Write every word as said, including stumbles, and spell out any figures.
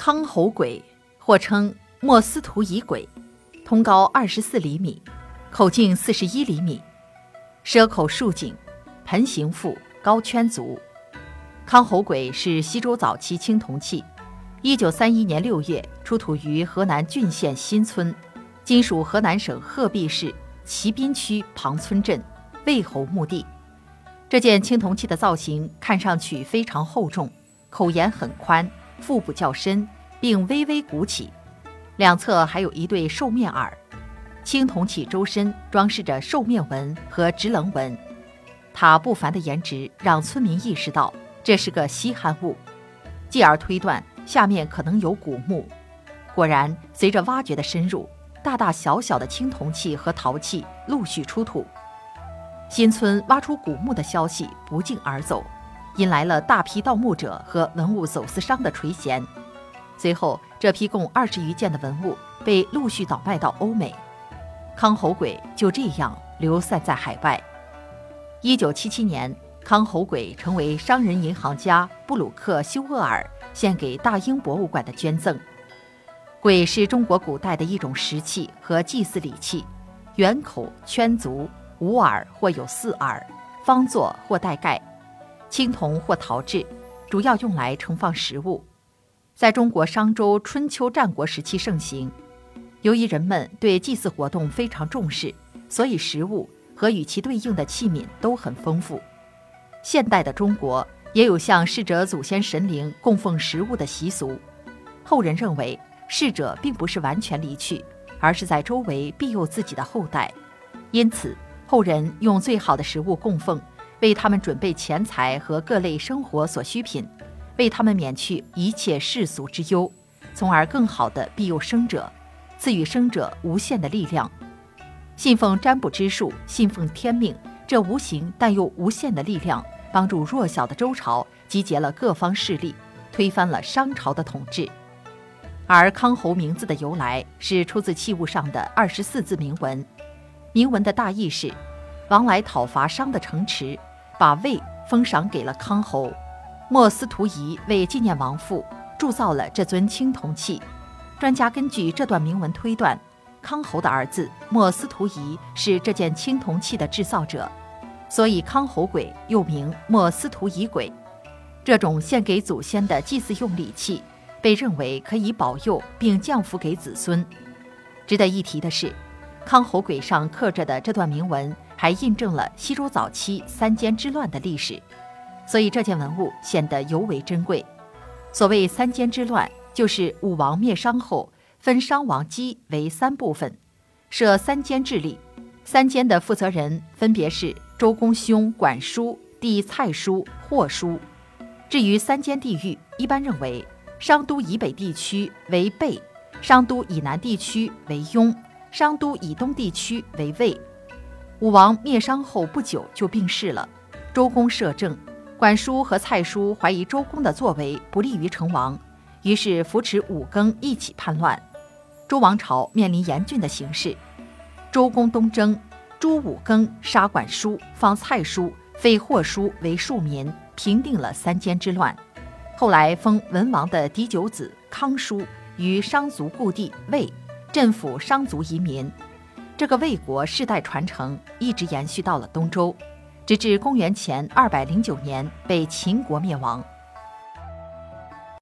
康侯簋或称莫斯图夷簋，通高二十四厘米，口径四十一厘米，蛇口竖颈，盆形腹，高圈足。康侯簋是西周早期青铜器，一九三一年六月出土于河南浚县新村，今属河南省鹤壁市齐滨区庞村镇魏侯墓地。这件青铜器的造型看上去非常厚重，口沿很宽，腹部较深，并微微鼓起，两侧还有一对兽面耳。青铜器周身装饰着兽面纹和直棱纹，它不凡的颜值让村民意识到这是个稀罕物，继而推断下面可能有古墓。果然，随着挖掘的深入，大大小小的青铜器和陶器陆续出土。新村挖出古墓的消息不胫而走，引来了大批盗墓者和文物走私商的垂涎。随后，这批共二十余件的文物被陆续倒卖到欧美，康侯簋就这样流散在海外。一九七七年，康侯簋成为商人银行家布鲁克休厄尔献给大英博物馆的捐赠。簋是中国古代的一种石器和祭祀礼器，圆口圈足，无耳或有四耳，方座或带盖，青铜或陶制，主要用来盛放食物。在中国商周、春秋战国时期盛行。由于人们对祭祀活动非常重视，所以食物和与其对应的器皿都很丰富。现代的中国也有向逝者祖先神灵供奉食物的习俗。后人认为，逝者并不是完全离去，而是在周围庇佑自己的后代，因此后人用最好的食物供奉，为他们准备钱财和各类生活所需品，为他们免去一切世俗之忧，从而更好地庇佑生者，赐予生者无限的力量。信奉占卜之术，信奉天命，这无形但又无限的力量，帮助弱小的周朝集结了各方势力，推翻了商朝的统治。而康侯名字的由来是出自器物上的二十四字铭文，铭文的大意是：王来讨伐商的城池，把魏封赏给了康侯。莫斯图夷为纪念亡父，铸造了这尊青铜器。专家根据这段铭文推断，康侯的儿子莫斯图夷是这件青铜器的制造者，所以康侯簋又名莫斯图夷簋。这种献给祖先的祭祀用礼器，被认为可以保佑并降福给子孙。值得一提的是，康侯簋上刻着的这段铭文还印证了西周早期三监之乱的历史，所以这件文物显得尤为珍贵。所谓三监之乱，就是武王灭商后分商王姬为三部分，设三监治理。三监的负责人分别是周公兄管叔、弟蔡叔、霍叔。至于三监地域，一般认为商都以北地区为贝，商都以南地区为雍，商都以东地区为魏。武王灭商后不久就病逝了，周公摄政，管叔和蔡叔怀疑周公的作为不利于成王，于是扶持武庚一起叛乱。周王朝面临严峻的形势，周公东征，诛武庚，杀管叔，放蔡叔，废霍叔为庶民，平定了三监之乱。后来封文王的嫡九子康叔于商族故地魏，镇抚商族移民。这个魏国世代传承，一直延续到了东周，直至公元前二百零九年被秦国灭亡。